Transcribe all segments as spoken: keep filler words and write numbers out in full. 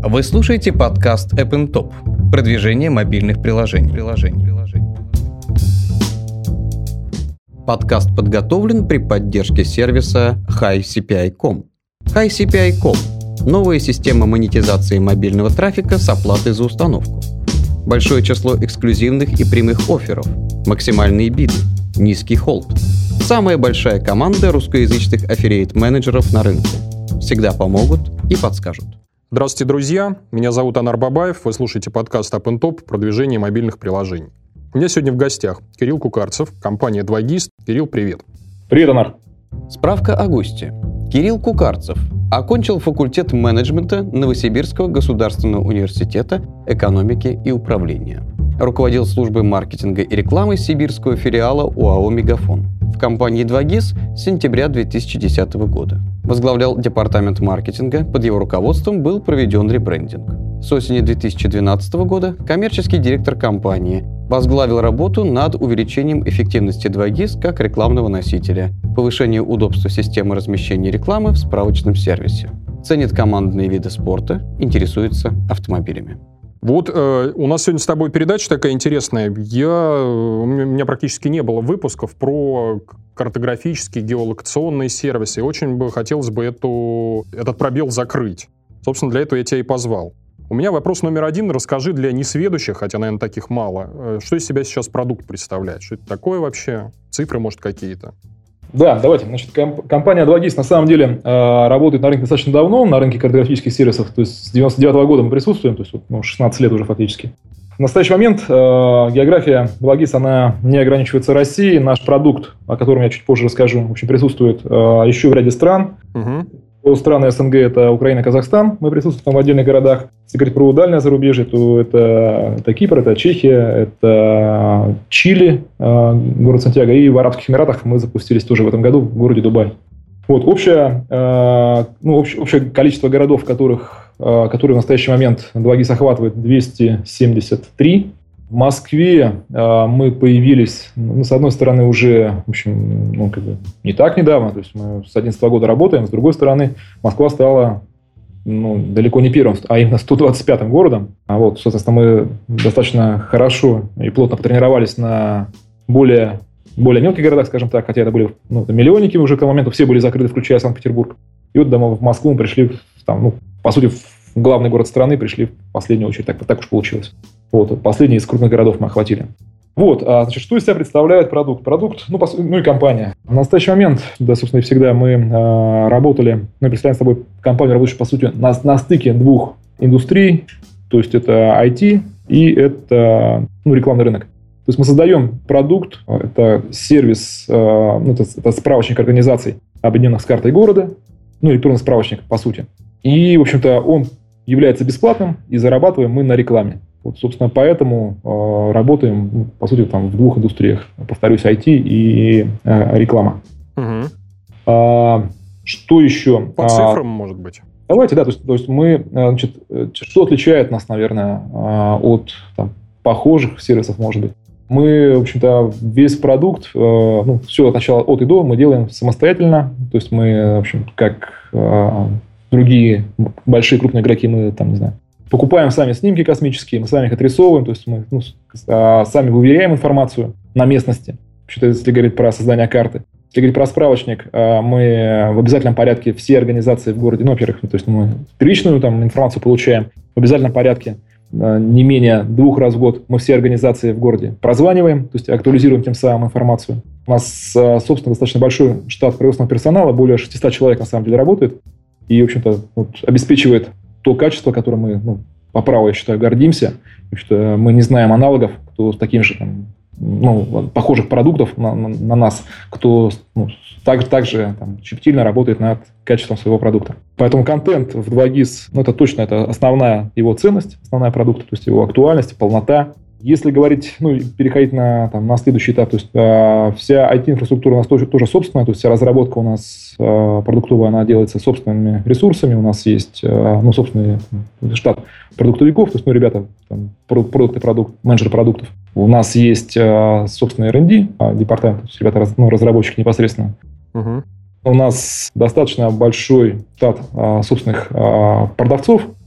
Вы слушаете подкаст App and Top. Продвижение мобильных приложений. приложений. Подкаст подготовлен при поддержке сервиса хай си пи ай точка ком. хай си пи ай точка ком – новая система монетизации мобильного трафика с оплатой за установку. Большое число эксклюзивных и прямых офферов, максимальные биды, низкий холд. Самая большая команда русскоязычных аффилиейт-менеджеров на рынке. Всегда помогут и подскажут. Здравствуйте, друзья. Меня зовут Анар Бабаев. Вы слушаете подкаст App and Top «Продвижение мобильных приложений». У меня сегодня в гостях Кирилл Кукарцев, компания два гис. Кирилл, привет. Привет, Анар. Справка о госте. Кирилл Кукарцев окончил факультет менеджмента Новосибирского государственного университета экономики и управления. Руководил службой маркетинга и рекламы сибирского филиала ОАО «Мегафон» в компании два гис с сентября две тысячи десятого года. Возглавлял департамент маркетинга, под его руководством был проведен ребрендинг. С осени две тысячи двенадцатого года коммерческий директор компании возглавил работу над увеличением эффективности два гис как рекламного носителя, повышением удобства системы размещения рекламы в справочном сервисе. Ценит командные виды спорта, интересуется автомобилями. Вот э, у нас сегодня с тобой передача такая интересная. Я, у меня практически не было выпусков про картографические, геолокационные сервисы. И очень бы хотелось бы эту, этот пробел закрыть. Собственно, для этого я тебя и позвал. У меня вопрос номер один. Расскажи для несведущих, хотя, наверное, таких мало, что из себя сейчас продукт представляет? Что это такое вообще? Цифры, может, какие-то? Да, давайте. Значит, комп- компания два гис на самом деле э, работает на рынке достаточно давно, на рынке картографических сервисов. То есть с девяносто девятого года мы присутствуем, то есть вот, ну, шестнадцать лет уже фактически. В настоящий момент э, география два гис, она не ограничивается Россией. Наш продукт, о котором я чуть позже расскажу, в общем, присутствует э, еще в ряде стран. Угу. Страны СНГ – это Украина, Казахстан. Мы присутствуем в отдельных городах. Если говорить про дальнее зарубежье, то это, это Кипр, это Чехия, это Чили, город Сантьяго. И в Арабских Эмиратах мы запустились тоже в этом году в городе Дубай. Вот, общее, ну, общее, общее количество городов, которых, которые в настоящий момент два гис охватывает, двести семьдесят три. В Москве э, мы появились, ну, с одной стороны, уже, в общем, ну, как бы не так недавно, то есть мы с две тысячи одиннадцатого года работаем, с другой стороны, Москва стала, ну, далеко не первым, а именно сто двадцать пятым городом. А вот, соответственно, мы достаточно хорошо и плотно потренировались на более, более мелких городах, скажем так, хотя это были, ну, миллионники уже к тому моменту, все были закрыты, включая Санкт-Петербург. И вот в Москву мы пришли, там, ну, по сути, в главный город страны пришли в последнюю очередь, так, так уж получилось. Вот, последний из крупных городов мы охватили. Вот, а, значит, что из себя представляет продукт? Продукт, ну, по, ну и компания. В настоящий момент, да, собственно, и всегда мы э, работали, мы представляем с собой компанию, работающую, по сути, на, на стыке двух индустрий, то есть это ай ти и это, ну, рекламный рынок. То есть мы создаем продукт, это сервис, э, ну, это, это справочник организаций, объединенных с картой города, ну, электронный справочник, по сути. И, в общем-то, он является бесплатным, и зарабатываем мы на рекламе. Вот, собственно, поэтому э, работаем, ну, по сути, там, в двух индустриях. Повторюсь, ай ти и э, реклама. Угу. А, что еще? По цифрам, а, может быть. Давайте, да. То есть, то есть мы, значит, что отличает нас, наверное, от там, похожих сервисов, может быть? Мы, в общем-то, весь продукт, э, ну, все от начала, от и до мы делаем самостоятельно. То есть мы, в общем, как э, другие большие крупные игроки, мы там, не знаю, покупаем сами снимки космические, мы сами их отрисовываем, то есть мы, ну, сами выверяем информацию на местности. Вообще-то, если говорить про создание карты. Если говорить про справочник, мы в обязательном порядке все организации в городе, ну, во-первых, то есть мы первичную там информацию получаем в обязательном порядке, не менее двух раз в год мы все организации в городе прозваниваем, то есть актуализируем тем самым информацию. У нас, собственно, достаточно большой штат производственного персонала, более шестьсот человек на самом деле работает, и, в общем-то, вот, обеспечивает то качество, которым мы, ну, по праву, я считаю, гордимся. Что мы не знаем аналогов, кто с таким же, там, ну, похожих продуктов на, на, на нас, кто, ну, так, так же там, щепетильно работает над качеством своего продукта. Поэтому контент в два гис, ну, это точно это основная его ценность, основная продукта, то есть его актуальность, полнота. Если говорить, ну, переходить на, там, на следующий этап, то есть э, вся ай ти-инфраструктура у нас тоже, тоже собственная, то есть вся разработка у нас э, продуктовая, она делается собственными ресурсами, у нас есть, э, ну, собственный штат продуктовиков, то есть, ну, ребята, там, продукты, продукт, менеджеры продуктов. У нас есть э, собственный эр энд ди, э, департамент, то есть ребята, ну, разработчики непосредственно. Uh-huh. У нас достаточно большой штат э, собственных э, продавцов,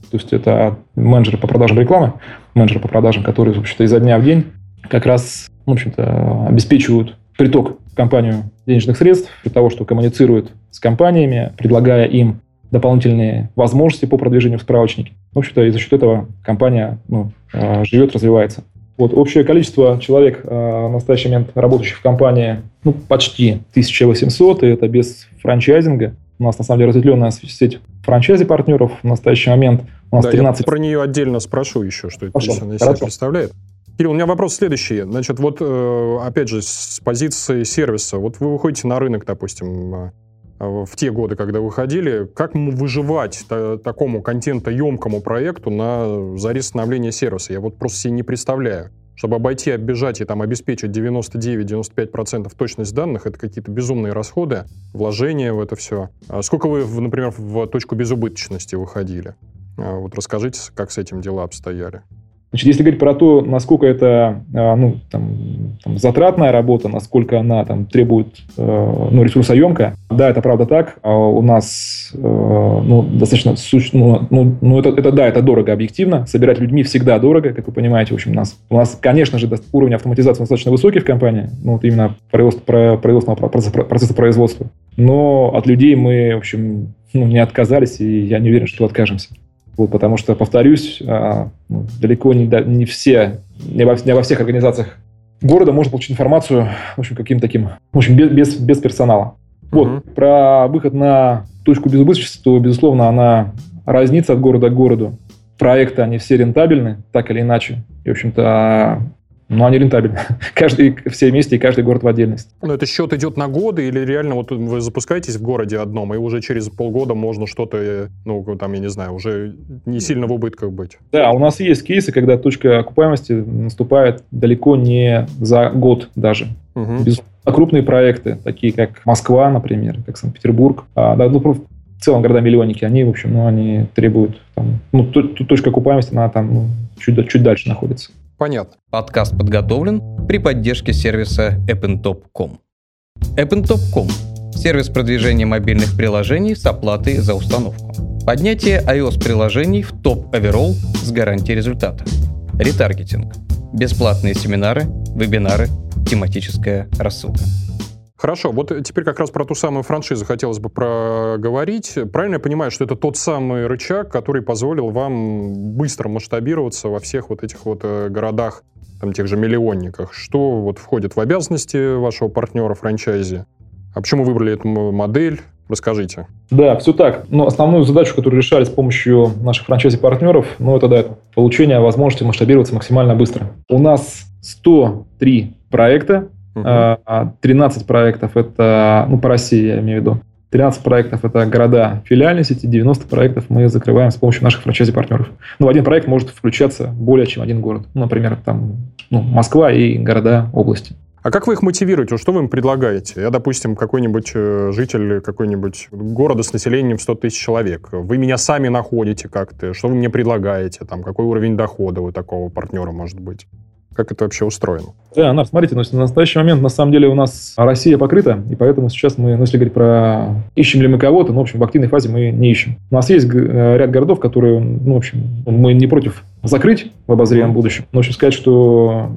То есть это менеджеры по продажам рекламы, менеджеры по продажам, которые, в общем-то, изо дня в день как раз, в общем-то, обеспечивают приток в компанию денежных средств для того, что коммуницируют с компаниями, предлагая им дополнительные возможности по продвижению в справочнике. В общем-то, и за счет этого компания ну, живет, развивается. Вот общее количество человек в настоящий момент работающих в компании ну, почти тысяча восемьсот, и это без франчайзинга. У нас, на самом деле, разветвленная сеть франчайзи-партнеров. В настоящий момент у нас да, тринадцать... Я про нее отдельно спрошу еще, что это Хорошо, из себя представляет. Кирилл, у меня вопрос следующий. Значит, вот, опять же, с позиции сервиса. Вот вы выходите на рынок, допустим, в те годы, когда выходили. Как выживать такому контентоемкому проекту на заре становления сервиса? Я вот просто себе не представляю. Чтобы обойти, оббежать и там обеспечить девяносто девять - девяносто пять процентов точность данных, это какие-то безумные расходы, вложения в это все. А сколько вы, например, в точку безубыточности выходили? Вот расскажите, как с этим дела обстояли. Значит, если говорить про то, насколько это ну, там, там, затратная работа, насколько она там, требует ну, ресурсоемкая, да, это правда так. А у нас ну, достаточно... Ну, ну, ну это, это, да, это дорого объективно. Собирать людьми всегда дорого, как вы понимаете. В общем, у нас, у нас конечно же, уровень автоматизации достаточно высокий в компании, ну, вот именно производственного процесса производства. Но от людей мы, в общем, ну, не отказались, и я не уверен, что откажемся. Вот, потому что, повторюсь, ну, далеко не, не все, не во, не во всех организациях города можно получить информацию, в общем, каким-то таким, в общем, без, без, без персонала. Вот, mm-hmm. Про выход на точку безубыточности, то, безусловно, она разнится от города к городу. Проекты, они все рентабельны, так или иначе. И, в общем-то, ну, они рентабельны. Каждый, все вместе и каждый город в отдельности. Но это счет идет на годы или реально вот вы запускаетесь в городе одном, и уже через полгода можно что-то, ну, там, я не знаю, уже не сильно в убытках быть? Да, у нас есть кейсы, когда точка окупаемости наступает далеко не за год даже. Угу. Безусловно, крупные проекты, такие как Москва, например, как Санкт-Петербург, а, да, ну, в целом города-миллионники, они, в общем, ну, они требуют, там, ну, точка окупаемости, она там ну, чуть, чуть дальше находится. Понятно. Подкаст подготовлен при поддержке сервиса эпентоп точка ком. эпентоп точка ком – сервис продвижения мобильных приложений с оплатой за установку. Поднятие iOS-приложений в топ-оверолл с гарантией результата. Ретаргетинг. Бесплатные семинары, вебинары, тематическая рассылка. Хорошо, вот теперь как раз про ту самую франшизу хотелось бы проговорить. Правильно я понимаю, что это тот самый рычаг, который позволил вам быстро масштабироваться во всех вот этих вот городах, там, тех же миллионниках? Что вот входит в обязанности вашего партнера франчайзи? А почему выбрали эту модель? Расскажите. Да, все так. Но основную задачу, которую решали с помощью наших франчайзи-партнеров, ну, это, да, это получение возможности масштабироваться максимально быстро. У нас сто три проекта, Uh-huh. тринадцать проектов это, ну, по России я имею в виду, тринадцать проектов это города филиальной сети, девяносто проектов мы закрываем с помощью наших франчайзи-партнеров. Ну, в один проект может включаться более чем один город. Ну, например, там, ну, Москва и города области. А как вы их мотивируете? Что вы им предлагаете? Я, допустим, какой-нибудь житель какой-нибудь города с населением сто тысяч человек. Вы меня сами находите как-то. Что вы мне предлагаете? Там, какой уровень дохода у такого партнера может быть? Как это вообще устроено? Да, Нар, смотрите, ну, на настоящий момент, на самом деле, у нас Россия покрыта, и поэтому сейчас мы, ну, если говорить про ищем ли мы кого-то, ну, в общем, в активной фазе мы не ищем. У нас есть ряд городов, которые, ну, в общем, мы не против закрыть в обозримом будущем, но, в общем, сказать, что,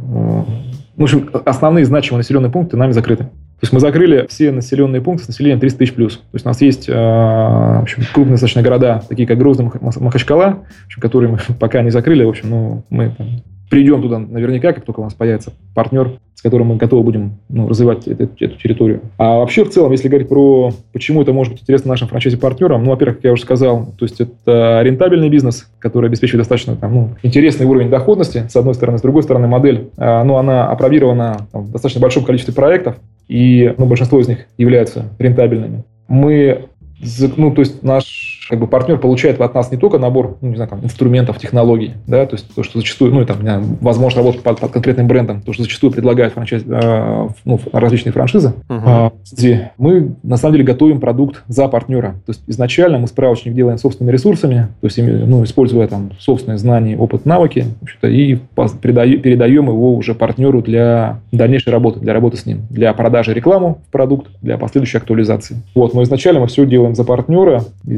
в общем, основные значимые населенные пункты нами закрыты. То есть мы закрыли все населенные пункты с населением триста тысяч плюс. То есть у нас есть, в общем, крупные достаточно города, такие как Грозный, Махачкала, в общем, которые мы пока не закрыли. В общем, ну, мы там придем туда наверняка, как только у нас появится партнер, с которым мы готовы будем, ну, развивать эту, эту территорию. А вообще, в целом, если говорить про, почему это может быть интересно нашим франчайзи-партнерам, ну, во-первых, как я уже сказал, то есть это рентабельный бизнес, который обеспечивает достаточно там, ну, интересный уровень доходности, с одной стороны. С другой стороны, модель, ну, она опробирована там, в достаточно большом количестве проектов, и, ну, большинство из них являются рентабельными. Мы, ну, то есть наш как бы партнер получает от нас не только набор, ну, не знаю, там, инструментов, технологий, да, то есть то, что зачастую, ну, там, возможно, работать под, под конкретным брендом, то, что зачастую предлагают франчайз, э, ну, различные франшизы. Uh-huh. Э, мы, на самом деле, готовим продукт за партнера. То есть изначально мы справочник делаем собственными ресурсами, то есть, ну, используя там собственные знания, опыт, навыки, в и передаем его уже партнеру для дальнейшей работы, для работы с ним, для продажи рекламы в продукт, для последующей актуализации. Вот, но изначально мы все делаем за партнера, и, соответственно,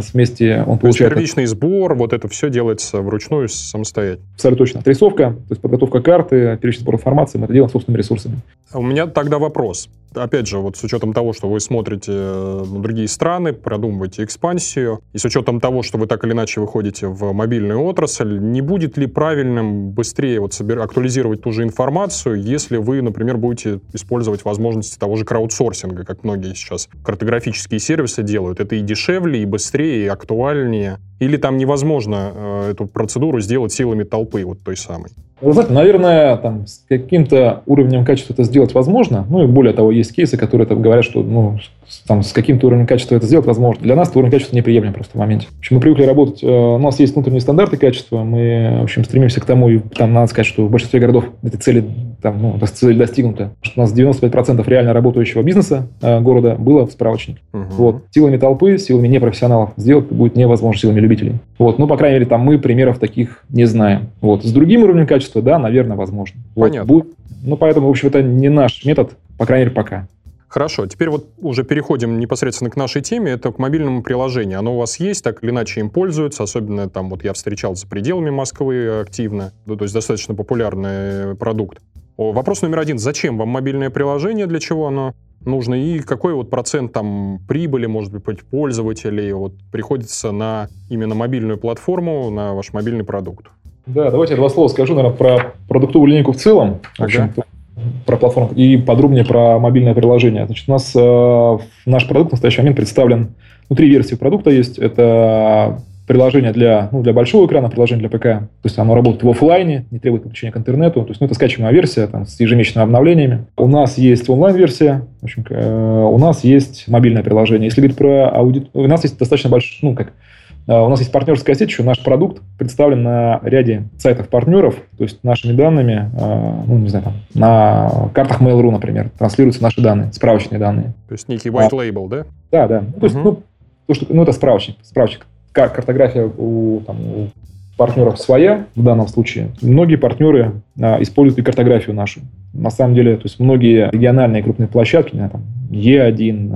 нас вместе он то получает... То есть первичный сбор, вот это все делается вручную самостоятельно? Абсолютно точно. Отрисовка, то есть подготовка карты, первичный сбор информации, мы это делаем собственными ресурсами. У меня тогда вопрос. Опять же, вот с учетом того, что вы смотрите на другие страны, продумываете экспансию, и с учетом того, что вы так или иначе выходите в мобильную отрасль, не будет ли правильным быстрее вот собир... актуализировать ту же информацию, если вы, например, будете использовать возможности того же краудсорсинга, как многие сейчас картографические сервисы делают? Это и дешевле, и быстрее, и актуальнее. Или там невозможно э, эту процедуру сделать силами толпы, вот той самой? Вы знаете, наверное, там, с каким-то уровнем качества это сделать возможно. Ну и более того, есть кейсы, которые там говорят, что ну, с, там, с каким-то уровнем качества это сделать возможно. Для нас это уровень качества неприемлем просто в моменте. В общем, мы привыкли работать, э, у нас есть внутренние стандарты качества, мы, в общем, стремимся к тому, и там надо сказать, что в большинстве городов эти цели, там, ну, цель достигнута. Что у нас девяносто пять процентов реально работающего бизнеса э, города было в справочнике. Угу. Вот. Силами толпы, силами непрофессионалов сделать будет невозможно, силами любителей. Вот. Ну, по крайней мере, там мы примеров таких не знаем. Вот. С другим уровнем качества, да, наверное, возможно. Понятно. Вот. Будет. Ну, поэтому, в общем, это не наш метод, по крайней мере, пока. Хорошо, теперь вот уже переходим непосредственно к нашей теме, это к мобильному приложению. Оно у вас есть, так или иначе им пользуются, особенно там вот я встречал за пределами Москвы активно, ну, то есть достаточно популярный продукт. Вопрос номер один, зачем вам мобильное приложение, для чего оно нужно, и какой вот процент там прибыли, может быть, пользователей вот приходится на именно мобильную платформу, на ваш мобильный продукт? Да, давайте я два слова скажу, наверное, про продуктовую линейку в целом. В общем, ага. Про платформу и подробнее про мобильное приложение. Значит, у нас э, наш продукт в настоящий момент представлен, ну, три версии продукта есть. Это приложение для, ну, для большого экрана, приложение для ПК. То есть оно работает в офлайне, не требует подключения к интернету. То есть, ну, это скачиваемая версия там, с ежемесячными обновлениями. У нас есть онлайн-версия, в общем, э, у нас есть мобильное приложение. Если говорить про аудиторию, у нас есть достаточно большой, ну, как у нас есть партнерская сеть, еще наш продукт представлен на ряде сайтов партнеров, то есть нашими данными, ну, не знаю, там, на картах Mail.ru, например, транслируются наши данные, справочные данные. То есть некий white label, да? Да, да. Ну, то есть, uh-huh. ну, то, что, ну, это справочник, справочник. Картография у, там, у партнеров своя в данном случае. Многие партнеры а, используют и картографию нашу. На самом деле, то есть многие региональные крупные площадки, не знаю, там, Е один,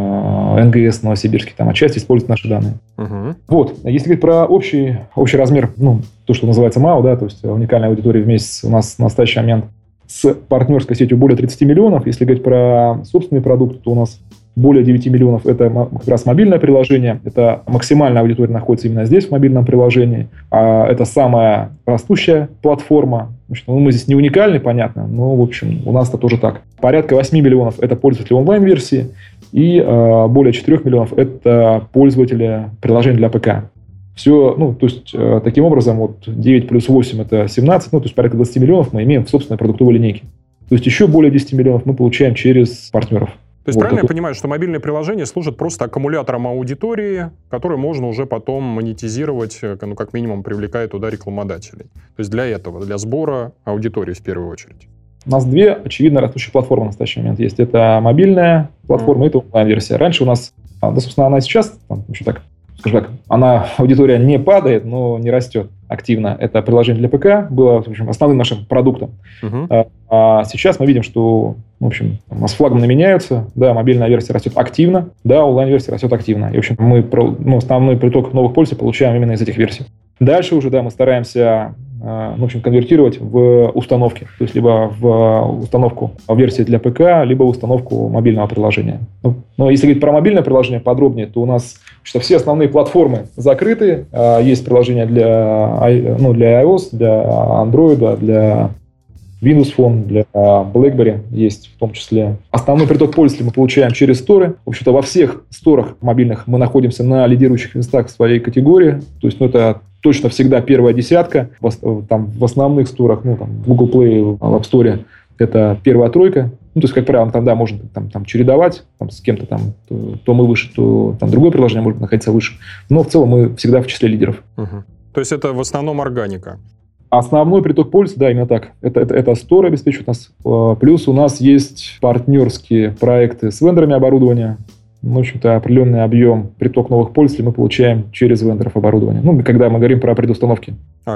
э, эн гэ эс Новосибирский, там отчасти используют наши данные. Uh-huh. Вот. Если говорить про общий, общий размер, ну, то, что называется МАУ, да, то есть уникальная аудитория в месяц у нас на настоящий момент с партнерской сетью более тридцать миллионов. Если говорить про собственный продукт, то у нас более девять миллионов – это как раз мобильное приложение. Это максимальная аудитория находится именно здесь, в мобильном приложении. А это самая растущая платформа. Значит, ну, мы здесь не уникальны, понятно, но, в общем, у нас это тоже так. Порядка восемь миллионов – это пользователи онлайн-версии, и э, более четыре миллионов – это пользователи приложений для ПК. Все, ну, то есть, э, таким образом, вот девять плюс восемь – это семнадцать, ну, то есть порядка двадцать миллионов мы имеем в собственной продуктовой линейке. То есть еще более десять миллионов мы получаем через партнеров. То есть вот правильно это... я понимаю, что мобильное приложение служит просто аккумулятором аудитории, который можно уже потом монетизировать, ну, как минимум, привлекая туда рекламодателей. То есть для этого, для сбора аудитории в первую очередь. У нас две, очевидно, растущие платформы в настоящий момент есть. Это мобильная платформа, mm. и это онлайн-версия. Раньше у нас, да, собственно, она сейчас, там, еще так, скажем так, она, аудитория не падает, но не растет активно. Это приложение для ПК было, в общем, основным нашим продуктом. Uh-huh. А сейчас мы видим, что, в общем, у нас флагманы меняются, да, мобильная версия растет активно, да, онлайн-версия растет активно. И, в общем, мы, ну, основной приток новых пользователей получаем именно из этих версий. Дальше уже, да, мы стараемся, в общем, конвертировать в установки, то есть либо в установку версии для ПК, либо в установку мобильного приложения. Ну, но если говорить про мобильное приложение подробнее, то у нас что все основные платформы закрыты. Есть приложения для, ну, для iOS, для Android, для Windows Phone, для BlackBerry есть в том числе. Основной приток пользователей мы получаем через сторы. В общем-то, во всех сторах мобильных мы находимся на лидирующих местах в своей категории. То есть, ну, это точно всегда первая десятка. В, там, в основных сторах, ну, там, в Google Play, в App Store это первая тройка. Ну, то есть, как правило, там, да, можно там, там, чередовать там, с кем-то, там, то, то мы выше, то там, другое приложение может находиться выше. Но в целом мы всегда в числе лидеров. Угу. То есть, это в основном органика? Основной приток пользователей, да, именно так. Это, это, это Store обеспечивает нас. Плюс у нас есть партнерские проекты с вендорами оборудования. В общем-то, определенный объем, приток новых пользователей мы получаем через вендоров оборудования. Ну, когда мы говорим про предустановки. Ага.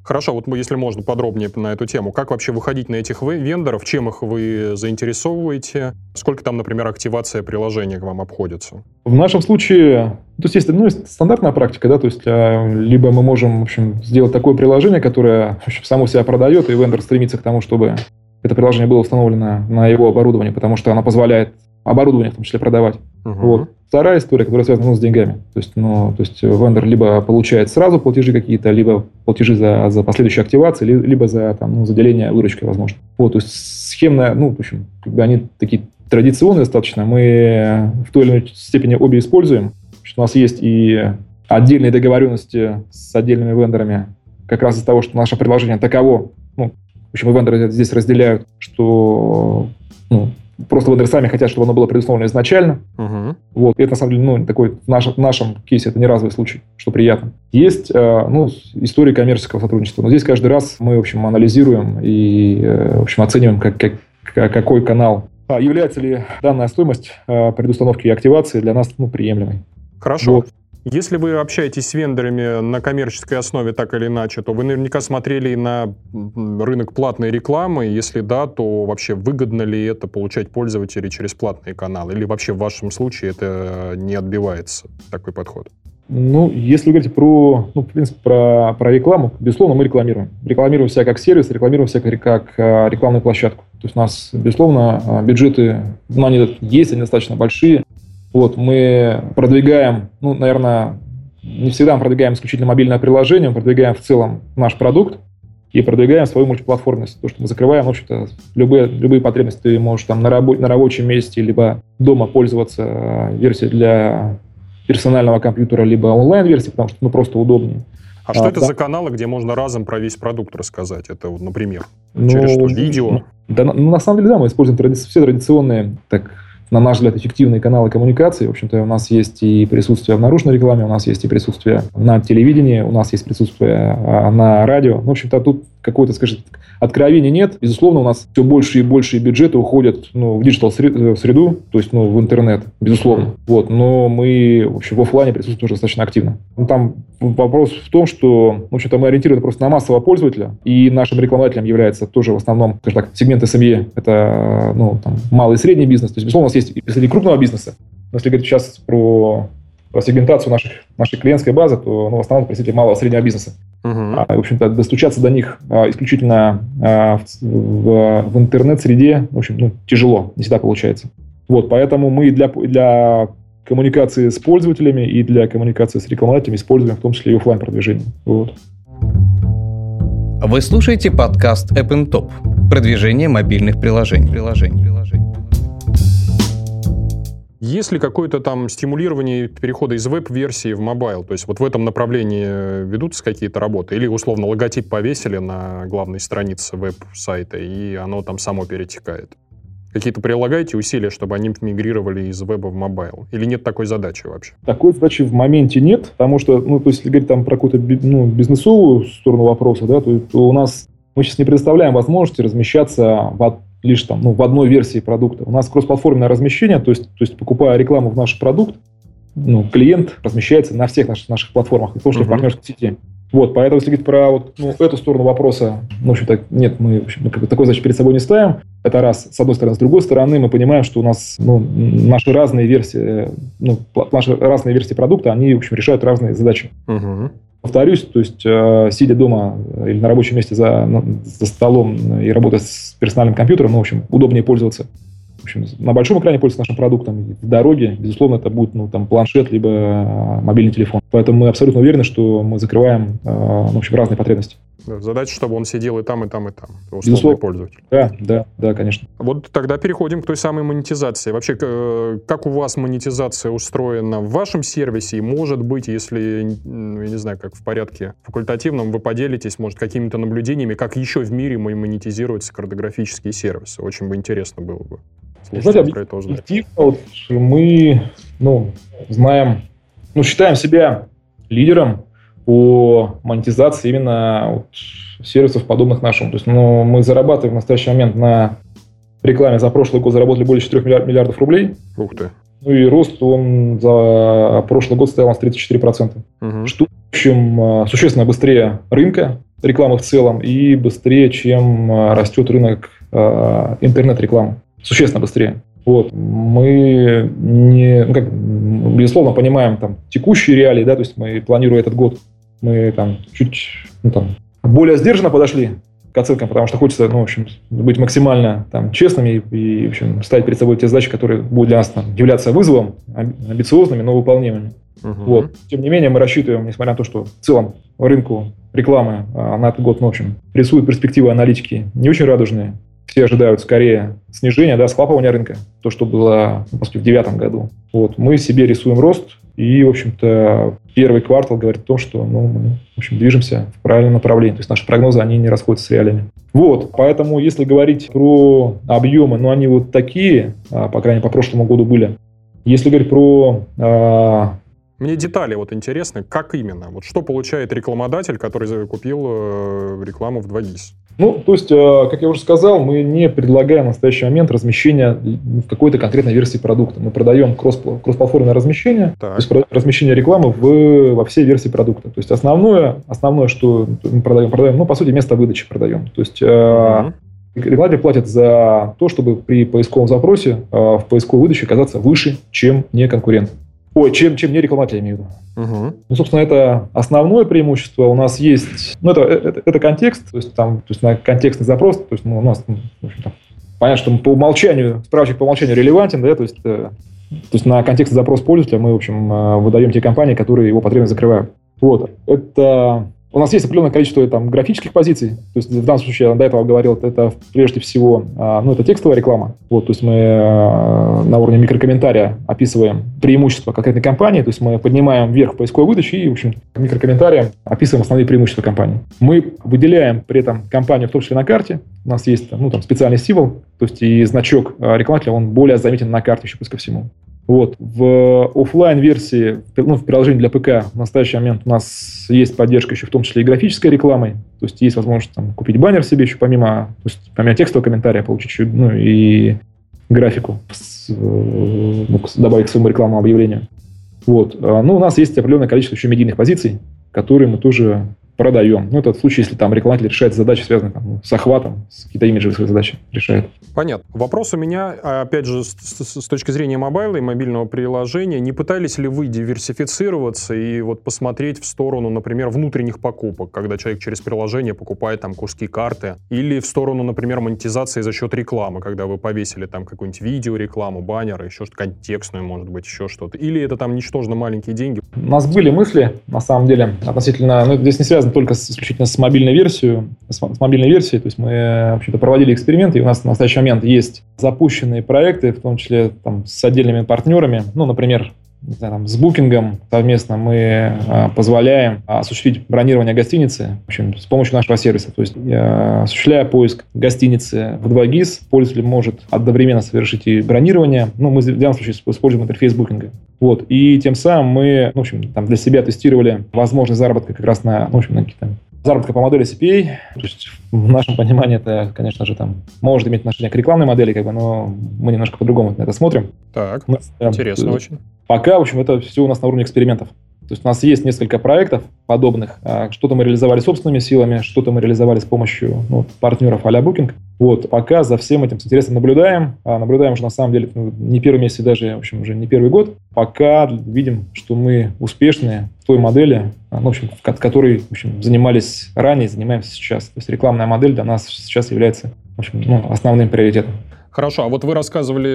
Хорошо, вот если можно подробнее на эту тему. Как вообще выходить на этих вендоров? Чем их вы заинтересовываете? Сколько там, например, активация приложения к вам обходится? В нашем случае, то есть есть, ну, есть стандартная практика, да, то есть а, либо мы можем, в общем, сделать такое приложение, которое, в общем, само себя продает, и вендор стремится к тому, чтобы это приложение было установлено на его оборудовании, потому что оно позволяет оборудование в том числе продавать. Uh-huh. Вот. Вторая история, которая связана, ну, с деньгами. То есть, ну, то есть вендор либо получает сразу платежи какие-то, либо платежи за, за последующую активацию, либо за, там, ну, за деление выручкой, возможно. Вот, то есть схемная, ну, в общем, как бы они такие традиционные достаточно. Мы в той или иной степени обе используем. Что у нас есть и отдельные договоренности с отдельными вендорами, как раз из-за того, что наше приложение таково, ну, в общем, и вендоры здесь разделяют, что, ну, просто вендоры сами хотят, чтобы оно было предустановлено изначально. Uh-huh. Вот. И это, на самом деле, ну, такой, в, наш, в нашем кейсе это не разовый случай, что приятно. Есть, э, ну, истории коммерческого сотрудничества. Но здесь каждый раз мы, в общем, анализируем и, э, в общем, оцениваем, как, как, какой канал. А является ли данная стоимость э, предустановки и активации для нас, ну, приемлемой. Хорошо. Вот. Если вы общаетесь с вендорами на коммерческой основе так или иначе, то вы наверняка смотрели на рынок платной рекламы. Если да, то вообще выгодно ли это получать пользователей через платные каналы? Или вообще в вашем случае это не отбивается, такой подход? Ну, если говорить про, ну, в принципе, про, про рекламу, безусловно, мы рекламируем. Рекламируем себя как сервис, рекламируем себя как, как рекламную площадку. То есть у нас, безусловно, бюджеты, ну, они есть, они достаточно большие. Вот, мы продвигаем, ну, наверное, не всегда мы продвигаем исключительно мобильное приложение, мы продвигаем в целом наш продукт и продвигаем свою мультиплатформенность. То, что мы закрываем, в общем-то, любые, любые потребности. Ты можешь там на, рабо- на рабочем месте либо дома пользоваться версией для персонального компьютера, либо онлайн-версией, потому что, ну, просто удобнее. А, а что это да. за каналы, где можно разом про весь продукт рассказать? Это, вот, например, ну, через что, видео? Да, ну, на самом деле, да, мы используем тради- все традиционные, так, на наш взгляд, эффективные каналы коммуникации. В общем-то, у нас есть и присутствие в наружной рекламе, у нас есть и присутствие на телевидении, у нас есть присутствие на радио. В общем-то, тут какой-то, скажем, откровения нет. Безусловно, у нас все больше и больше бюджеты уходят, ну, в диджитал-среду, то есть, ну, в интернет, безусловно. Вот. Но мы, в общем, в офлайне присутствуем уже достаточно активно. Ну, там вопрос в том, что, в общем-то, мы ориентированы просто на массового пользователя, и нашим рекламодателем является тоже в основном, скажем так, сегмент эс эм и, это, ну, там, малый и средний бизнес. То есть, безусловно, у нас есть и среди крупного бизнеса. Но если говорить сейчас про, про сегментацию наших, нашей клиентской базы, то, ну, в основном представители малого и среднего бизнеса. Uh-huh. А, в общем-то, достучаться до них а, исключительно а, в, в, в интернет-среде, в общем, ну, тяжело, не всегда получается. Вот, поэтому мы для, для коммуникации с пользователями и для коммуникации с рекламодателями используем в том числе и офлайн-продвижение. Вот. Вы слушаете подкаст App and Top. Продвижение мобильных приложений. приложений. приложений. Есть ли какое-то там стимулирование перехода из веб-версии в мобайл? То есть вот в этом направлении ведутся какие-то работы? Или условно логотип повесили на главной странице веб-сайта, и оно там само перетекает? Какие-то прилагаете усилия, чтобы они мигрировали из веба в мобайл? Или нет такой задачи вообще? Такой задачи в моменте нет, потому что, ну, то есть, если говорить там про какую-то, ну, бизнесовую сторону вопроса, да, то, то у нас мы сейчас не предоставляем возможности размещаться в лишь там, ну, в одной версии продукта. У нас кроссплатформенное размещение, то есть, то есть покупая рекламу в наш продукт, ну, клиент размещается на всех наших, наших платформах, и в том числе uh-huh. в партнерской сети. Вот, поэтому, если говорить про вот, ну, эту сторону вопроса, ну, в общем-то, нет, мы, в общем, такой задачи перед собой не ставим. Это раз, с одной стороны. С другой стороны, мы понимаем, что у нас, ну, наши разные версии, ну, наши разные версии продукта, они, в общем, решают разные задачи. Uh-huh. Повторюсь, то есть, э, сидя дома или на рабочем месте за, за столом и работая с персональным компьютером, ну, в общем, удобнее пользоваться. В общем, на большом экране пользоваться нашим продуктом. В дороге, безусловно, это будет, ну, там, планшет, либо э, мобильный телефон. Поэтому мы абсолютно уверены, что мы закрываем, э, ну, в общем, разные потребности. Задача, чтобы он сидел и там, и там, и там. Условный пользователь. Да, да, да, конечно. Вот тогда переходим к той самой монетизации. Вообще, как у вас монетизация устроена в вашем сервисе? И, может быть, если, я не знаю, как в порядке факультативном, вы поделитесь, может, какими-то наблюдениями, как еще в мире монетизируются картографические сервисы. Очень бы интересно было бы. Знаете, про это узнать. Вот мы, ну, знаем, ну, считаем себя лидером по монетизации именно вот сервисов, подобных нашему. То есть, ну, мы зарабатываем в настоящий момент на рекламе за прошлый год заработали более четырех миллиардов рублей. Ух ты. Ну и рост он за прошлый год составил у нас тридцать четыре процента. Угу. Что, в общем, существенно быстрее рынка. рекламы в целом и быстрее, чем растет рынок интернет-рекламы. Существенно быстрее. Вот. Мы, не, ну, как, безусловно, понимаем там, текущие реалии, да, то есть мы, планируя этот год, мы там, чуть ну, там, более сдержанно подошли к оценкам, потому что хочется, ну, в общем, быть максимально там, честными и, и в общем, ставить перед собой те задачи, которые будут для нас там, являться вызовом, амбициозными, но выполнимыми. Uh-huh. Вот. Тем не менее, мы рассчитываем, несмотря на то, что в целом рынку рекламы а, на этот год, ну, в общем, рисуют перспективы аналитики не очень радужные. Все ожидают скорее снижения, да, схлапывания рынка, то, что было, по сути, в две тысячи девятом году. Вот. Мы себе рисуем рост, и, в общем-то, первый квартал говорит о том, что ну, мы, в общем, движемся в правильном направлении. То есть наши прогнозы, они не расходятся с реалиями. Вот. Поэтому, если говорить про объемы, ну, они вот такие, по крайней мере, по прошлому году были. Если говорить про... А... Мне детали вот интересны, как именно? Вот что получает рекламодатель, который купил рекламу в два гис? Ну, то есть, как я уже сказал, мы не предлагаем в настоящий момент размещение в какой-то конкретной версии продукта. Мы продаем кросс-платформенное размещение, так. то есть размещение рекламы в, во всей версии продукта. То есть, основное, основное, что мы продаем, продаем, ну, по сути, место выдачи продаем. То есть, uh-huh. рекламодатель платит за то, чтобы при поисковом запросе в поисковой выдаче оказаться выше, чем не конкурент. Ой, чем, чем не рекламодатель, я имею в виду. Uh-huh. Ну, собственно, это основное преимущество. У нас есть... Ну, это, это, это контекст, то есть, там, то есть, на контекстный запрос. То есть, ну, у нас, в общем-то, понятно, что по умолчанию, справочник по умолчанию релевантен, да, то есть, э, то есть, на контекстный запрос пользователя мы, в общем, э, выдаем те компании, которые его потребность закрывают. Вот. Это... У нас есть определенное количество там, графических позиций. То есть, в данном случае, я до этого говорил, это прежде всего ну, это текстовая реклама. Вот, то есть, мы на уровне микрокомментария описываем преимущества конкретной компании. То есть, мы поднимаем вверх поисковой выдачи и, в общем, микрокомментарием описываем основные преимущества компании. Мы выделяем при этом компанию, в том числе на карте. У нас есть ну, там, специальный символ, то есть, и значок рекламодателя, он более заметен на карте еще плюс ко всему. Вот. В офлайн-версии, ну, в приложении для ПК в настоящий момент у нас есть поддержка еще в том числе и графической рекламой. То есть есть возможность там, купить баннер себе еще помимо, то есть, помимо текстового комментария, получить еще ну, и графику, с, ну, добавить к своему рекламному объявлению. Вот. Ну, у нас есть определенное количество еще медийных позиций, которые мы тоже продаем. Ну, это в случае, если там рекламодатель решает задачи, связанные там, с охватом, с какие-то имиджевые свои задачи решает. Понятно. Вопрос у меня, опять же, с, с, с точки зрения мобайла и мобильного приложения. Не пытались ли вы диверсифицироваться и вот посмотреть в сторону, например, внутренних покупок, когда человек через приложение покупает там куски карты, или в сторону, например, монетизации за счет рекламы, когда вы повесили там какую-нибудь видеорекламу, баннер, еще что-то контекстную, может быть, еще что-то. Или это там ничтожно маленькие деньги? У нас были мысли, на самом деле, относительно... Ну, здесь не связано только с, исключительно с мобильной версией, с, с мобильной версией, то есть мы вообще-то проводили эксперименты, и у нас в настоящий момент есть запущенные проекты, в том числе там, с отдельными партнерами, ну, например, не знаю, там, с Booking совместно мы а, позволяем осуществить бронирование гостиницы в общем, с помощью нашего сервиса. То есть, а, осуществляя поиск гостиницы в два гис, пользователь может одновременно совершить и бронирование. Ну, мы в данном случае используем интерфейс Booking. Вот. И тем самым мы, ну, в общем, там, для себя тестировали возможность заработка как раз на, ну, в общем, на какие-то заработка по модели си пи эй. То есть, в нашем понимании это, конечно же, там, может иметь отношение к рекламной модели, как бы, но мы немножко по-другому на это смотрим. Так, мы, интересно э, очень. Пока, в общем, это все у нас на уровне экспериментов. То есть у нас есть несколько проектов подобных. Что-то мы реализовали собственными силами, что-то мы реализовали с помощью ну, партнеров а-ля Booking. Вот. Пока за всем этим с интересом наблюдаем. Наблюдаем уже на самом деле ну, не первый месяц, даже в общем, уже не первый год. Пока видим, что мы успешны в той модели, ну, в общем, в которой в общем, занимались ранее, занимаемся сейчас. То есть рекламная модель для нас сейчас является в общем, ну, основным приоритетом. Хорошо, а вот вы рассказывали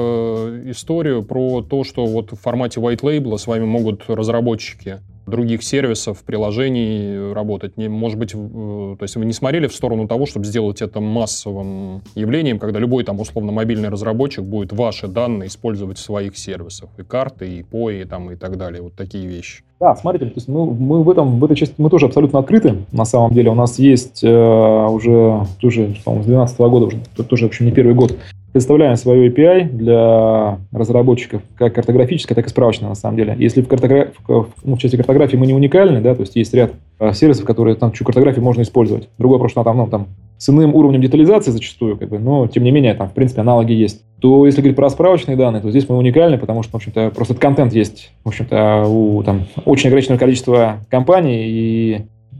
э, историю про то, что вот в формате white label с вами могут разработчики других сервисов, приложений работать. Не, может быть, э, то есть вы не смотрели в сторону того, чтобы сделать это массовым явлением, когда любой там условно мобильный разработчик будет ваши данные использовать в своих сервисах, и карты, и пои, там, и так далее, вот такие вещи. Да, смотрите, то есть мы, мы в, этом, в этой части мы тоже абсолютно открыты. На самом деле у нас есть э, уже, тоже, по-моему, с две тысячи двенадцатого года, уже, тоже, в общем, не первый год, представляем свою эй пи ай для разработчиков, как картографическая, так и справочная, на самом деле. Если в, картограф... ну, в части картографии мы не уникальны, да, то есть есть ряд сервисов, которые там чью картографию можно использовать. Другое просто там, ну, там с иным уровнем детализации зачастую, как бы, но тем не менее там, в принципе, аналоги есть. То если говорить про справочные данные, то здесь мы уникальны, потому что, в общем-то, просто этот контент есть, в общем-то, у там, очень ограниченного количества компаний, и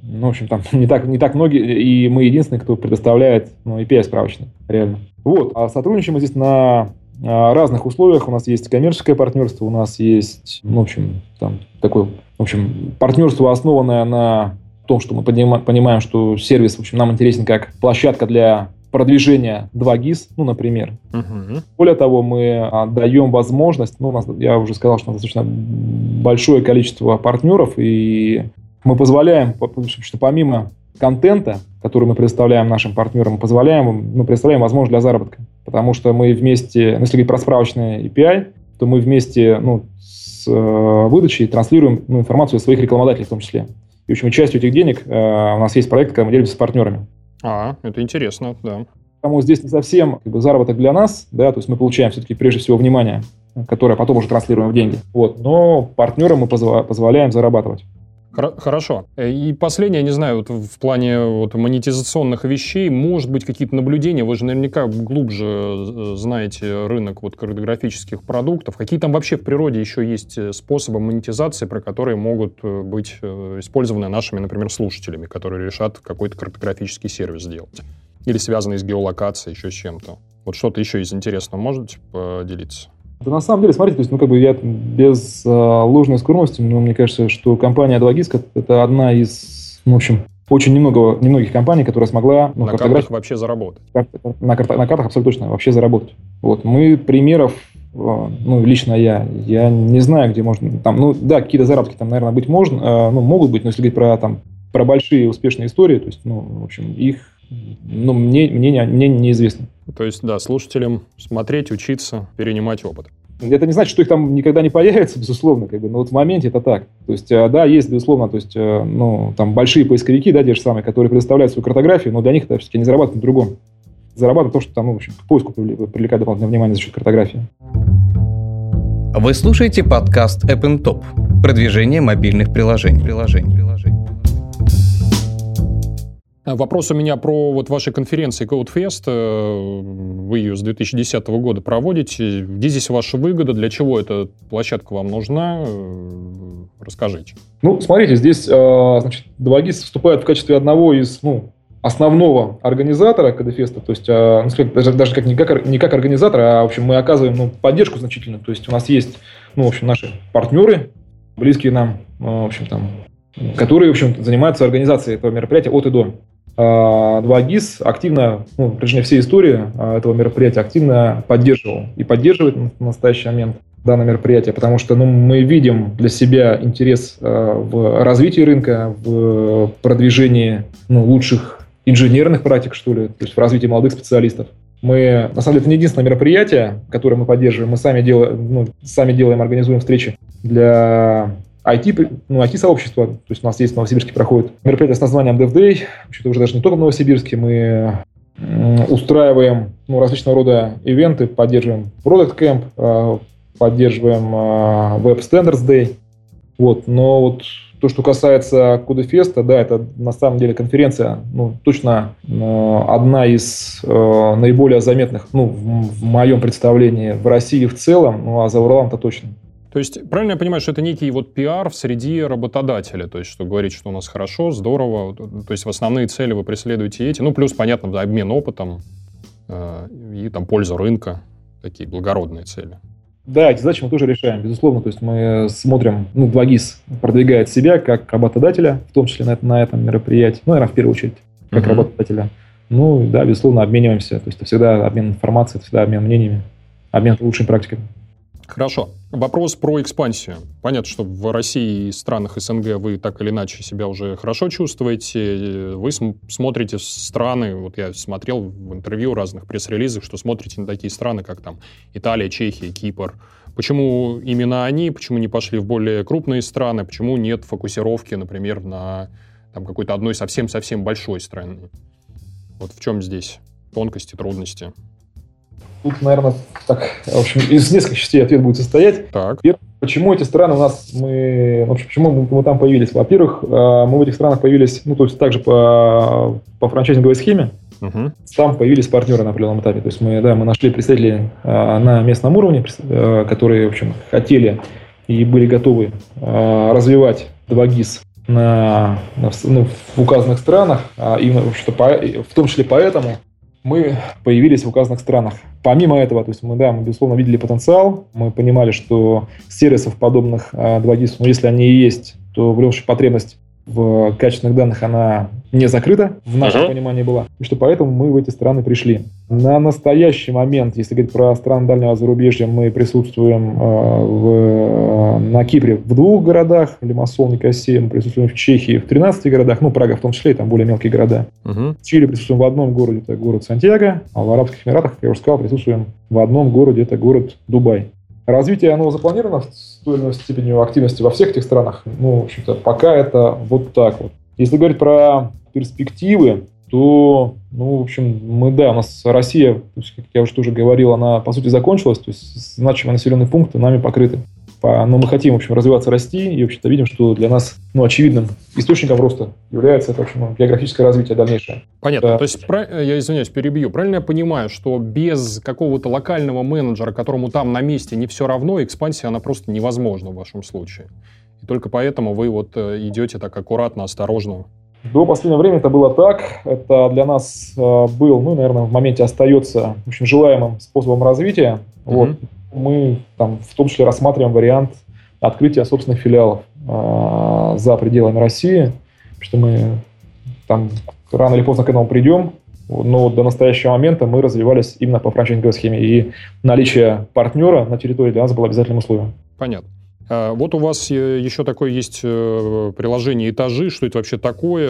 Ну, в общем, там не так, не так многие, и мы единственные, кто предоставляет ну, эй пи ай справочный, реально. Вот, а сотрудничаем мы здесь на разных условиях. У нас есть коммерческое партнерство, у нас есть, ну, в общем, там такое, в общем, партнерство, основанное на том, что мы понимаем, что сервис, в общем, нам интересен как площадка для продвижения два гис, ну, например. Uh-huh. Более того, мы даем возможность, ну, у нас, я уже сказал, что у нас достаточно большое количество партнеров, и мы позволяем, что помимо контента, который мы предоставляем нашим партнерам, мы позволяем, мы предоставляем возможность для заработка. Потому что мы вместе, ну, если говорить про справочный эй пи ай, то мы вместе ну, с э, выдачей транслируем ну, информацию о своих рекламодателей в том числе. И, в общем, частью этих денег э, у нас есть проект, когда мы делимся с партнерами. А, это интересно, да. Поэтому здесь не совсем как бы, заработок для нас, да, то есть мы получаем все-таки прежде всего внимание, которое потом уже транслируем в деньги. Вот, но партнерам мы позва- позволяем зарабатывать. Хорошо. И последнее, я не знаю, вот в плане вот монетизационных вещей, может быть, какие-то наблюдения, вы же наверняка глубже знаете рынок вот картографических продуктов. Какие там вообще в природе еще есть способы монетизации, про которые могут быть использованы нашими, например, слушателями, которые решат какой-то картографический сервис сделать? Или связанный с геолокацией, еще с чем-то? Вот что-то еще из интересного можете поделиться? Да на самом деле, смотрите, то есть, ну, как бы я без э, ложной скромности, но мне кажется, что компания два гис это одна из, ну, в общем, очень немного, немногих компаний, которая смогла... Ну, на картах вообще заработать. Карт, на, карта, на картах абсолютно точно вообще заработать. Вот, мы примеров, э, ну, лично я, я не знаю, где можно... Там, ну, да, какие-то заработки там, наверное, быть можно, э, ну, могут быть, но если говорить про, там, про большие успешные истории, то есть, ну, в общем, их, ну, мне, мне, мне неизвестно. То есть, да, слушателям смотреть, учиться, перенимать опыт. Это не значит, что их там никогда не появится, безусловно, как бы, но вот в моменте это так. То есть, да, есть, безусловно, то есть, ну, там большие поисковики, да, те же самые, которые предоставляют свою картографию, но для них это все-таки не зарабатывают на другом. Зарабатывают то, что там, ну, в общем, к поиску привлекает дополнительное внимание за счет картографии. Вы слушаете подкаст App and Top. Продвижение мобильных приложений. приложений. приложений. Вопрос у меня про вот ваши конференции CodeFest. Вы ее с две тысячи десятого года проводите. Где здесь ваша выгода? Для чего эта площадка вам нужна? Расскажите. Ну, смотрите, здесь, значит, два гис вступает в качестве одного из, ну, основного организатора CodeFest. То есть, ну, даже, даже как, не, как, не как организатор, а, в общем, мы оказываем ну, поддержку значительную. То есть, у нас есть, ну, в общем, наши партнеры, близкие нам, в общем, там, которые, в общем, занимаются организацией этого мероприятия от и до. два гис активно, ну, в протяжении всей истории этого мероприятия активно поддерживал и поддерживает в настоящий момент данное мероприятие, потому что ну, мы видим для себя интерес в развитии рынка, в продвижении ну, лучших инженерных практик, что ли, то есть в развитии молодых специалистов. Мы, на самом деле, это не единственное мероприятие, которое мы поддерживаем. Мы сами делаем, ну, сами делаем, организуем встречи для ай ти, ну, ай ти-сообщество, то есть у нас есть в Новосибирске проходит мероприятие с названием DevDay, вообще-то уже даже не только в Новосибирске, мы устраиваем ну, различного рода ивенты, поддерживаем Product Camp, поддерживаем Web Standards Day, вот, но вот то, что касается CodeFest, да, это на самом деле конференция, ну, точно одна из наиболее заметных, ну, в, в моем представлении в России в целом, ну, а за Уралом-то точно. То есть, правильно я понимаю, что это некий вот пиар в среде работодателя, то есть, что говорит, что у нас хорошо, здорово, то есть, в основные цели вы преследуете эти, ну, плюс, понятно, да, обмен опытом э, и там польза рынка, такие благородные цели. Да, эти задачи мы тоже решаем, безусловно, то есть, мы смотрим, ну, два гис продвигает себя как работодателя, в том числе на, на этом мероприятии, ну, наверное, в первую очередь, как uh-huh. работодателя. Ну, да, безусловно, обмениваемся, то есть, это всегда обмен информацией, это всегда обмен мнениями, обмен лучшими практиками. Хорошо. Вопрос про экспансию. Понятно, что в России и странах СНГ вы так или иначе себя уже хорошо чувствуете. Вы см- смотрите страны, вот я смотрел в интервью разных пресс-релизах, что смотрите на такие страны, как там Италия, Чехия, Кипр. Почему именно они, почему не пошли в более крупные страны, почему нет фокусировки, например, на там, какой-то одной совсем-совсем большой стране? Вот в чем здесь тонкости, трудности? Тут, наверное, так, в общем, из нескольких частей ответ будет состоять. Так. Первое, почему эти страны у нас, мы, в общем, почему мы, мы там появились? Во-первых, мы в этих странах появились, ну, то есть также по, по франчайзинговой схеме, uh-huh. там появились партнеры на определенном этапе. То есть мы, да, мы нашли представителей на местном уровне, которые, в общем, хотели и были готовы развивать два гис на, на, ну, в указанных странах, а именно, что по, в том числе поэтому мы появились в указанных странах. Помимо этого, то есть мы, да, мы, безусловно, видели потенциал, мы понимали, что сервисов подобных а, два джи эс, ну, если они и есть, то в любом случае потребность в качественных данных, она не закрыта, в нашем uh-huh. понимании была. И что поэтому мы в эти страны пришли. На настоящий момент, если говорить про страны дальнего зарубежья, мы присутствуем э, в, на Кипре в двух городах, Лимассол, Никосия, мы присутствуем в Чехии в тринадцати городах, ну, Прага в том числе, и там более мелкие города. Uh-huh. В Чили присутствуем в одном городе, это город Сантьяго, а в Арабских Эмиратах, как я уже сказал, присутствуем в одном городе, это город Дубай. Развитие, оно запланировано с той или иной степенью активности во всех этих странах. Ну, в общем-то, пока это вот так вот. Если говорить про перспективы, то, ну, в общем, мы, да, у нас Россия, то есть, как я уже тоже говорил, она, по сути, закончилась, то есть значимые населенные пункты нами покрыты. Но мы хотим, в общем, развиваться, расти, и, в общем-то, видим, что для нас, ну, очевидным источником роста является это, в общем, географическое развитие дальнейшее. Понятно. Да. То есть, я извиняюсь, перебью. Правильно я понимаю, что без какого-то локального менеджера, которому там на месте не все равно, экспансия, она просто невозможна в вашем случае? И только поэтому вы вот идете так аккуратно, осторожно? До последнего времени это было так. Это для нас был, ну, наверное, в моменте остается, в общем, желаемым способом развития. Mm-hmm. Вот. Мы там в том числе рассматриваем вариант открытия собственных филиалов э, за пределами России, что мы там рано или поздно к этому придем, но до настоящего момента мы развивались именно по франчайзинговой схеме, и наличие партнера на территории для нас было обязательным условием. Понятно. Вот у вас еще такое есть приложение «Этажи». Что это вообще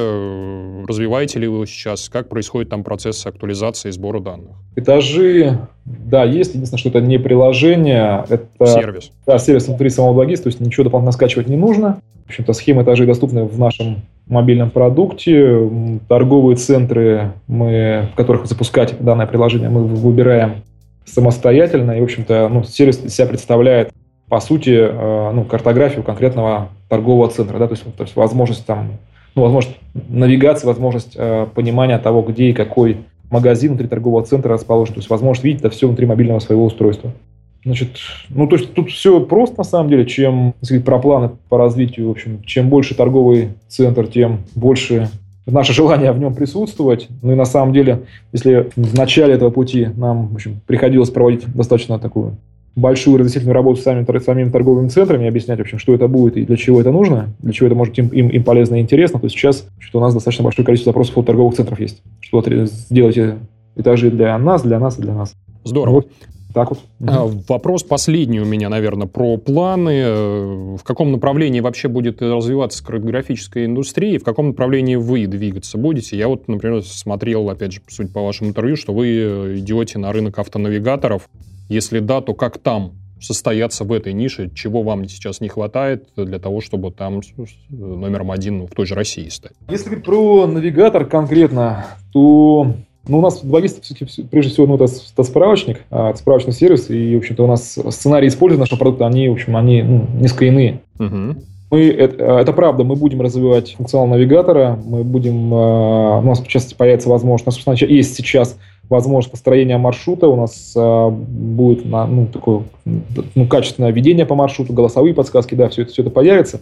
такое? Развиваете ли вы его сейчас? Как происходит там процесс актуализации и сбора данных? «Этажи», да, есть. Единственное, что это не приложение. Это сервис. Да, сервис внутри самого два джи эс, то есть ничего дополнительно скачивать не нужно. В общем-то, схемы «Этажей» доступны в нашем мобильном продукте. Торговые центры, мы, в которых запускать данное приложение, мы выбираем самостоятельно. И, в общем-то, ну, сервис из себя представляет, по сути, ну, картографию конкретного торгового центра, да, то есть, то есть возможность там, ну, возможность навигации, возможность э, понимания того, где и какой магазин внутри торгового центра расположен, то есть возможность видеть это все внутри мобильного своего устройства. Значит, ну, то есть тут все просто на самом деле, чем, если говорить про планы по развитию, в общем, чем больше торговый центр, тем больше наше желание в нем присутствовать. Ну и на самом деле, если в начале этого пути нам, в общем, приходилось проводить достаточно такую большую разъяснительную работу с самими, самими торговыми центрами, объяснять, в общем, что это будет и для чего это нужно, для чего это может им, им, им полезно и интересно, то сейчас что у нас достаточно большое количество запросов от торговых центров есть. Что сделайте этажи для нас, для нас и для нас. Здорово. Вот так вот. А, вопрос последний у меня, наверное, про планы. В каком направлении вообще будет развиваться картографическая индустрия, в каком направлении вы двигаться будете? Я вот, например, смотрел, опять же, суть по вашему интервью, что вы идете на рынок автонавигаторов. Если да, то как там состояться в этой нише? Чего вам сейчас не хватает для того, чтобы там номером один, ну, в той же России стать? Если говорить про навигатор конкретно, то, ну, у нас два джи эс, прежде всего, ну, это, это справочник, это справочный сервис, и, в общем-то, у нас сценарии использования нашего продукта, они, в общем, они, ну, несколько иные. Угу. Мы, это, это правда, мы будем развивать функционал навигатора, мы будем, у нас, в частности, появится возможность, у нас, собственно, есть сейчас возможность построения маршрута, у нас а, будет на, ну, такое, ну, качественное ведение по маршруту, голосовые подсказки, да, все это, все это появится,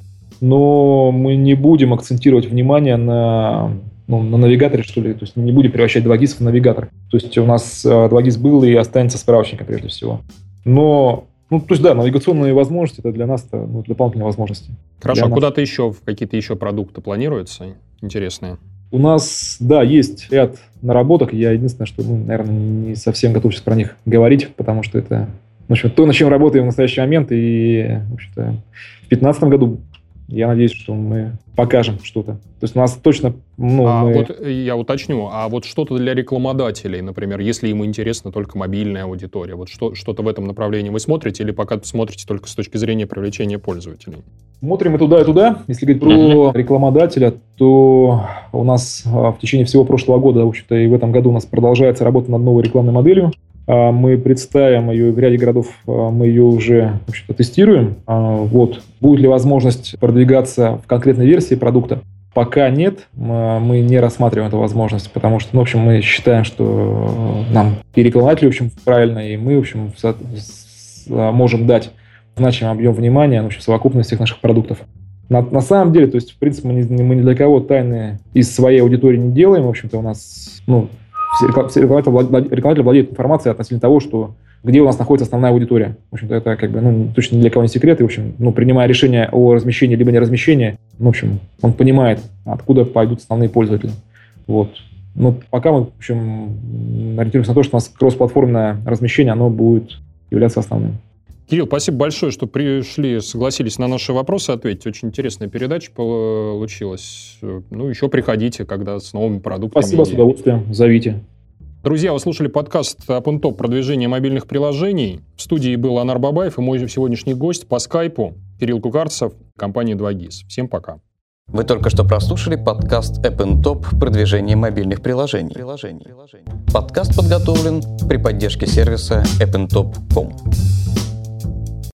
но мы не будем акцентировать внимание на, ну, на навигаторе, что ли, то есть мы не будем превращать два джи эс в навигатор. То есть у нас а, два джи эс был и останется справочником прежде всего. Но, ну, то есть, да, навигационные возможности, это для нас это, ну, дополнительные возможности. Хорошо, а куда-то еще, какие-то еще продукты планируются интересные? У нас, да, есть ряд наработок. Я единственное, что, ну, наверное, не совсем готов сейчас про них говорить, потому что это, в общем, то, над чем работаем в настоящий момент. И, в общем-то, в две тысячи пятнадцатом году я надеюсь, что мы покажем что-то. То есть у нас точно... Ну, а мы... вот я уточню, а вот что-то для рекламодателей, например, если им интересна только мобильная аудитория, вот что, что-то в этом направлении вы смотрите или пока смотрите только с точки зрения привлечения пользователей? Смотрим и туда, и туда. Если говорить про uh-huh. рекламодателя, то у нас в течение всего прошлого года, в общем-то, и в этом году у нас продолжается работа над новой рекламной моделью. Мы представим ее в ряде городов, мы ее уже, в общем-то, тестируем. Вот. Будет ли возможность продвигаться в конкретной версии продукта? Пока нет, мы не рассматриваем эту возможность, потому что, ну, в общем, мы считаем, что нам и рекламодатели, в общем, правильно, и мы, в общем, можем дать значимый объем внимания, в общем, совокупность всех наших продуктов. На, на самом деле, то есть, в принципе, мы, не, мы ни для кого тайны из своей аудитории не делаем. В общем-то, у нас, ну, все рекламодатели владеют информацией относительно того, что где у нас находится основная аудитория. В общем-то, это как бы, ну, точно ни для кого не секрет. И, в общем, ну, принимая решение о размещении либо не размещении, ну, в общем, он понимает, откуда пойдут основные пользователи. Вот. Но пока мы, в общем, ориентируемся на то, что у нас кросс-платформенное размещение, оно будет являться основным. Кирилл, спасибо большое, что пришли, согласились на наши вопросы ответить. Очень интересная передача получилась. Ну, еще приходите, когда с новыми продуктами. Спасибо, с удовольствием. Зовите. Друзья, вы слушали подкаст «Апнтоп. Продвижение мобильных приложений». В студии был Анар Бабаев и мой сегодняшний гость по скайпу Кирилл Кукарцев, компания два гис. Всем пока. Вы только что прослушали подкаст «Апнтоп. Продвижение мобильных приложений». приложений. Подкаст подготовлен при поддержке сервиса апнтоп точка ком.